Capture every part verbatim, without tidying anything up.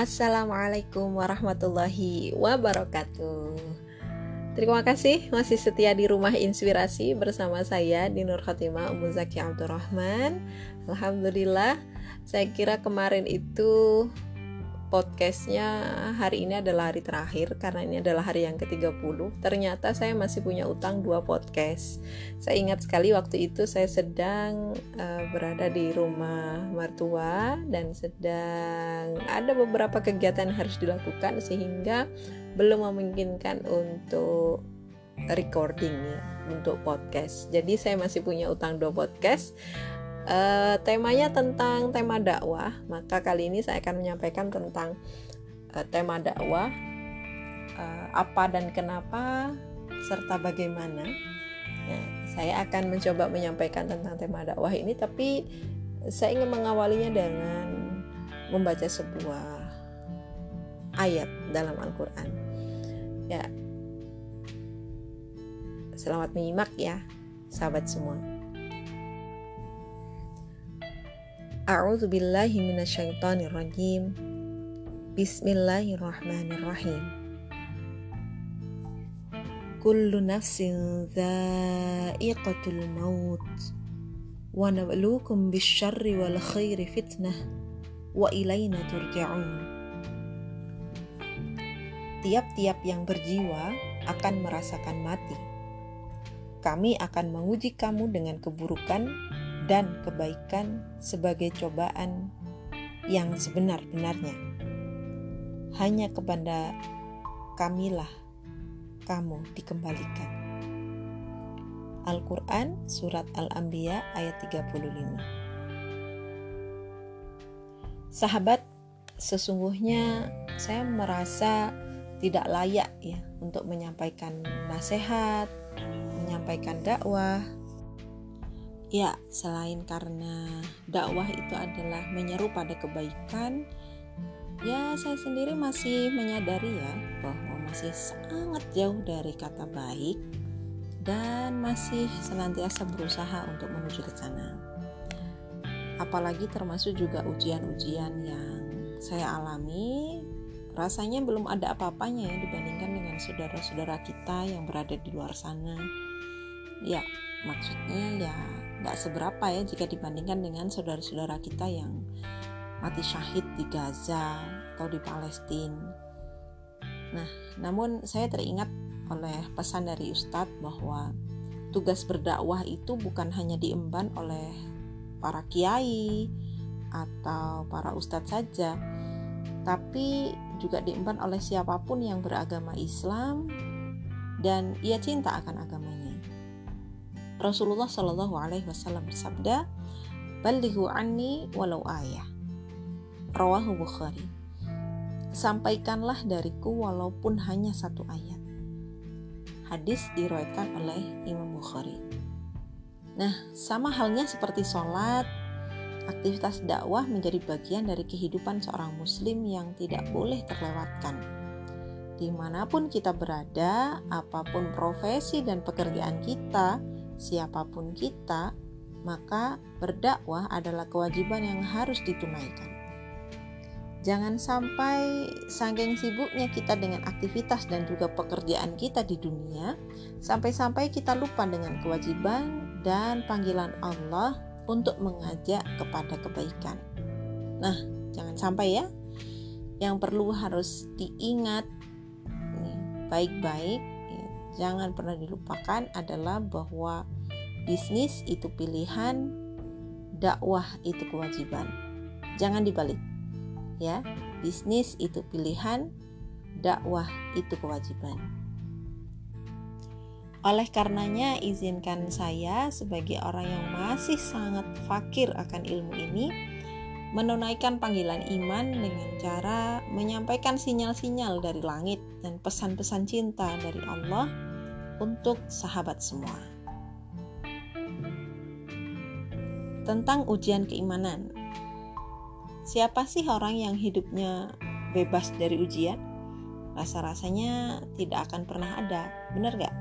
Assalamualaikum warahmatullahi wabarakatuh. Terima kasih masih setia di Rumah Inspirasi bersama saya Dinur Khotimah Ummu Zaki Abdurrahman. Alhamdulillah, saya kira kemarin itu podcastnya hari ini adalah hari terakhir karena ini adalah hari yang ke tiga puluh. Ternyata saya masih punya utang dua podcast. Saya ingat sekali waktu itu saya sedang uh, berada di rumah mertua dan sedang ada beberapa kegiatan yang harus dilakukan sehingga belum memungkinkan untuk recording ya, untuk podcast. Jadi saya masih punya utang dua podcast. Uh, temanya tentang tema dakwah, maka kali ini saya akan menyampaikan tentang uh, tema dakwah, uh, apa dan kenapa serta bagaimana. Nah, saya akan mencoba menyampaikan tentang tema dakwah ini, tapi saya ingin mengawalinya dengan membaca sebuah ayat dalam Al-Quran. Ya, selamat menyimak ya, sahabat semua. A'udzu billahi minasyaitonir rajim. Bismillahirrahmanirrahim. Kullu nafsin dha'iqatul maut wa nabluukum bisyarri wal khairi fitnah wa ilaina turja'un. Tiap-tiap yang berjiwa akan merasakan mati. Kami akan menguji kamu dengan keburukan dan kebaikan sebagai cobaan yang sebenar-benarnya. Hanya kepada Kamilah kamu dikembalikan. Al-Quran Surat Al-Anbiya ayat tiga puluh lima. Sahabat, sesungguhnya saya merasa tidak layak ya untuk menyampaikan nasihat, menyampaikan dakwah. Ya, selain karena dakwah itu adalah menyeru pada kebaikan, ya saya sendiri masih menyadari ya bahwa masih sangat jauh dari kata baik dan masih senantiasa berusaha untuk menuju ke sana. Apalagi termasuk juga ujian-ujian yang saya alami, rasanya belum ada apa-apanya ya dibandingkan dengan saudara-saudara kita yang berada di luar sana. Ya, maksudnya ya gak seberapa ya jika dibandingkan dengan saudara-saudara kita yang mati syahid di Gaza atau di Palestina. Nah, namun saya teringat oleh pesan dari Ustadz bahwa tugas berdakwah itu bukan hanya diemban oleh para kiai atau para ustadz saja, tapi juga diemban oleh siapapun yang beragama Islam dan ia cinta akan agamanya. Rasulullah Shallallahu Alaihi Wasallam bersabda, "Balighu anni walau ayah." Rawahu Bukhari. Sampaikanlah dariku walaupun hanya satu ayat. Hadis diriwayatkan oleh Imam Bukhari. Nah, sama halnya seperti sholat, aktivitas dakwah menjadi bagian dari kehidupan seorang muslim yang tidak boleh terlewatkan. Dimanapun kita berada, apapun profesi dan pekerjaan kita, siapapun kita, maka berdakwah adalah kewajiban yang harus ditunaikan. Jangan sampai saking sibuknya kita dengan aktivitas dan juga pekerjaan kita di dunia, sampai-sampai kita lupa dengan kewajiban dan panggilan Allah untuk mengajak kepada kebaikan. Nah, jangan sampai ya. Yang perlu harus diingat baik-baik, jangan pernah dilupakan adalah bahwa bisnis itu pilihan, dakwah itu kewajiban. Jangan dibalik. Ya, bisnis itu pilihan, dakwah itu kewajiban. Oleh karenanya, izinkan saya sebagai orang yang masih sangat fakir akan ilmu ini menunaikan panggilan iman dengan cara menyampaikan sinyal-sinyal dari langit dan pesan-pesan cinta dari Allah untuk sahabat semua. Tentang ujian keimanan. Siapa sih orang yang hidupnya bebas dari ujian? Rasa-rasanya tidak akan pernah ada, benar gak?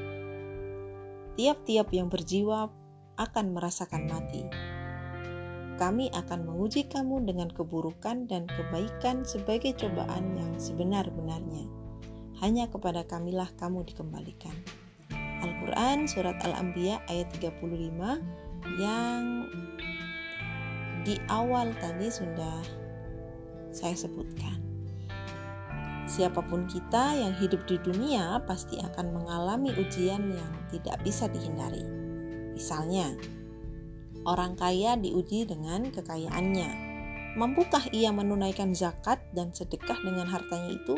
Tiap-tiap yang berjiwa akan merasakan mati. kami akan menguji kamu dengan keburukan dan kebaikan sebagai cobaan yang sebenar-benarnya. Hanya kepada kamilah kamu dikembalikan. Al-Quran Surat Al-Anbiya ayat tiga puluh lima yang di awal tadi sudah saya sebutkan. Siapapun kita yang hidup di dunia pasti akan mengalami ujian yang tidak bisa dihindari. Misalnya, orang kaya diuji dengan kekayaannya. Mampukah ia menunaikan zakat dan sedekah dengan hartanya itu?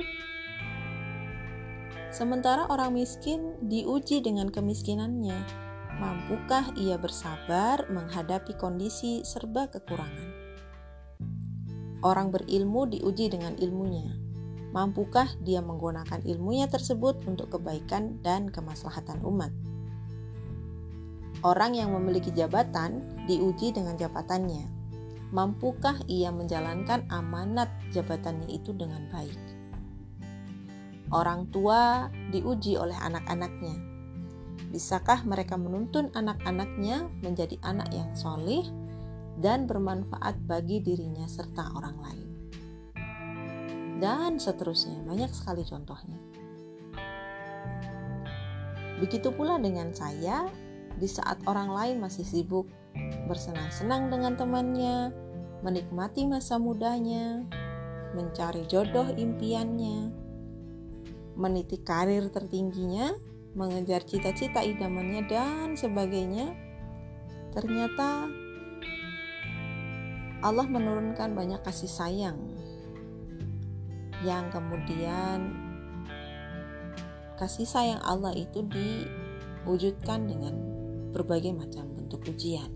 Sementara orang miskin diuji dengan kemiskinannya. Mampukah ia bersabar menghadapi kondisi serba kekurangan? Orang berilmu diuji dengan ilmunya. Mampukah dia menggunakan ilmunya tersebut untuk kebaikan dan kemaslahatan umat? Orang yang memiliki jabatan diuji dengan jabatannya. Mampukah ia menjalankan amanat jabatannya itu dengan baik? Orang tua diuji oleh anak-anaknya. Bisakah mereka menuntun anak-anaknya menjadi anak yang soleh dan bermanfaat bagi dirinya serta orang lain? Dan seterusnya, banyak sekali contohnya. Begitu pula dengan saya, di saat orang lain masih sibuk bersenang-senang dengan temannya, menikmati masa mudanya, mencari jodoh impiannya, meniti karir tertingginya, mengejar cita-cita idamannya dan sebagainya, ternyata Allah menurunkan banyak kasih sayang yang kemudian kasih sayang Allah itu diwujudkan dengan berbagai macam bentuk ujian.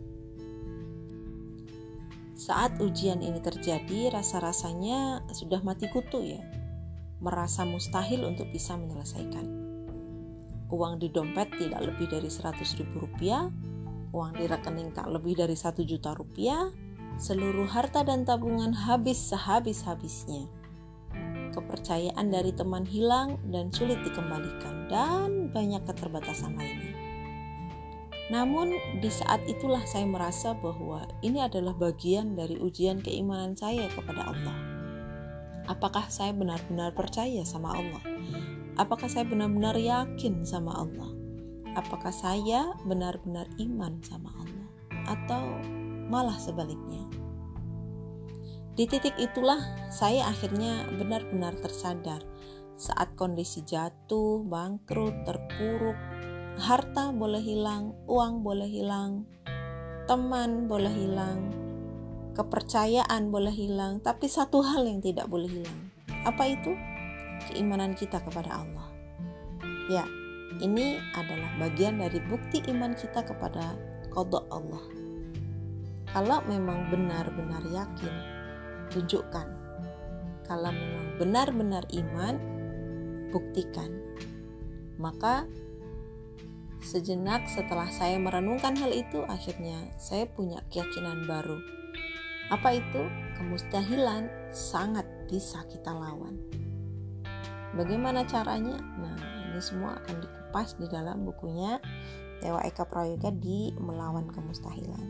Saat ujian ini terjadi, rasa-rasanya sudah mati kutu ya, merasa mustahil untuk bisa menyelesaikan. Uang di dompet tidak lebih dari seratus ribu rupiah, uang di rekening tak lebih dari satu juta rupiah, seluruh harta dan tabungan habis sehabis-habisnya. Kepercayaan dari teman hilang dan sulit dikembalikan, dan banyak keterbatasan lainnya. Namun di saat itulah saya merasa bahwa ini adalah bagian dari ujian keimanan saya kepada Allah. Apakah saya benar-benar percaya sama Allah? Apakah saya benar-benar yakin sama Allah? Apakah saya benar-benar iman sama Allah? Atau malah sebaliknya? Di titik itulah saya akhirnya benar-benar tersadar saat kondisi jatuh, bangkrut, terpuruk, harta boleh hilang, uang boleh hilang, teman boleh hilang, kepercayaan boleh hilang, tapi satu hal yang tidak boleh hilang. Apa itu? Keimanan kita kepada Allah. Ya, ini adalah bagian dari bukti iman kita kepada qada Allah. Kalau memang benar-benar yakin, tunjukkan. Kalau memang benar-benar iman, buktikan. Maka sejenak setelah saya merenungkan hal itu, akhirnya saya punya keyakinan baru. Apa itu? Kemustahilan sangat bisa kita lawan. Bagaimana caranya? Nah, ini semua akan dikupas di dalam bukunya Dewa Eka Prayoga di Melawan Kemustahilan.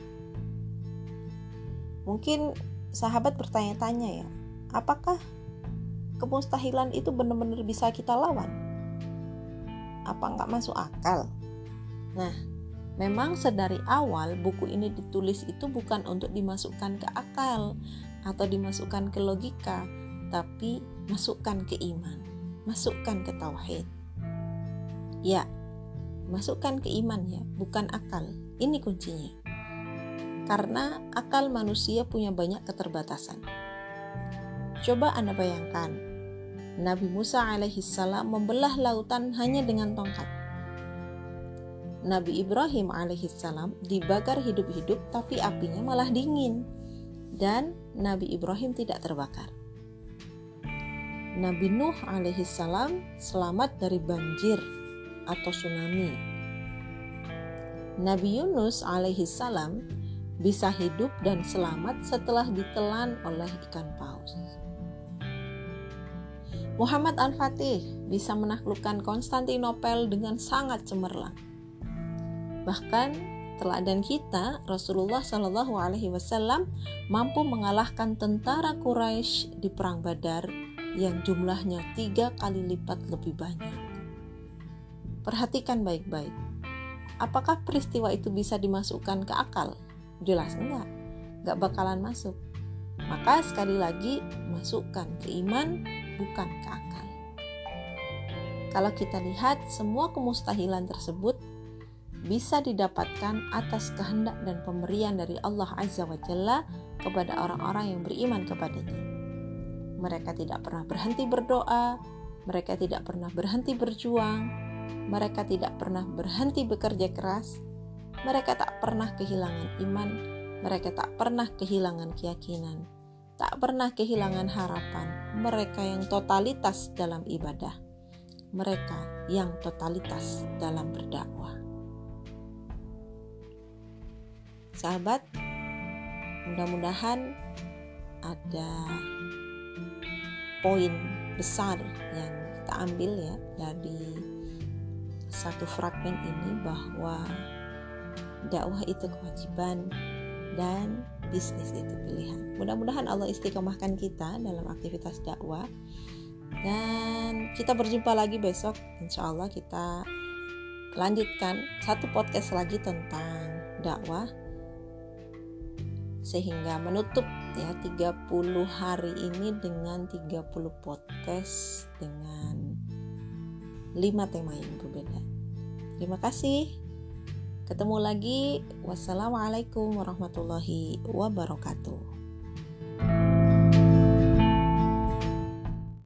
Mungkin sahabat bertanya-tanya ya, apakah kemustahilan itu benar-benar bisa kita lawan? Apa nggak masuk akal? Nah, memang sedari awal buku ini ditulis itu bukan untuk dimasukkan ke akal atau dimasukkan ke logika, tapi masukkan ke iman, masukkan ke tauhid. Ya, masukkan ke iman ya, bukan akal. Ini kuncinya. Karena akal manusia punya banyak keterbatasan. Coba Anda bayangkan, Nabi Musa alaihissalam membelah lautan hanya dengan tongkat. Nabi Ibrahim alaihissalam dibakar hidup-hidup tapi apinya malah dingin. Dan Nabi Ibrahim tidak terbakar. Nabi Nuh alaihissalam selamat dari banjir atau tsunami. Nabi Yunus alaihissalam bisa hidup dan selamat setelah ditelan oleh ikan paus. Muhammad Al-Fatih bisa menaklukkan Konstantinopel dengan sangat cemerlang. Bahkan Teladan kita, Rasulullah Shallallahu Alaihi Wasallam mampu mengalahkan tentara Quraisy di perang Badar yang jumlahnya tiga kali lipat lebih banyak. Perhatikan baik-baik. Apakah peristiwa itu bisa dimasukkan ke akal? Jelas enggak, enggak bakalan masuk. Maka sekali lagi, masukkan ke iman, bukan ke akal. Kalau kita lihat, semua kemustahilan tersebut bisa didapatkan atas kehendak dan pemberian dari Allah Azza wa Jalla kepada orang-orang yang beriman kepadanya. Mereka tidak pernah berhenti berdoa, mereka tidak pernah berhenti berjuang, mereka tidak pernah berhenti bekerja keras, mereka tak pernah kehilangan iman, mereka tak pernah kehilangan keyakinan, tak pernah kehilangan harapan. Mereka yang totalitas dalam ibadah, mereka yang totalitas dalam berdakwah. Sahabat, mudah-mudahan ada poin besar yang kita ambil ya dari satu fragmen ini, bahwa dakwah itu kewajiban dan bisnis itu pilihan. Mudah-mudahan Allah istiqomahkan kita dalam aktivitas dakwah, dan kita berjumpa lagi besok. Insya Allah kita lanjutkan satu podcast lagi tentang dakwah, sehingga menutup ya tiga puluh hari ini dengan tiga puluh podcast dengan lima tema yang berbeda. Terima kasih. Ketemu lagi. Wassalamualaikum warahmatullahi wabarakatuh.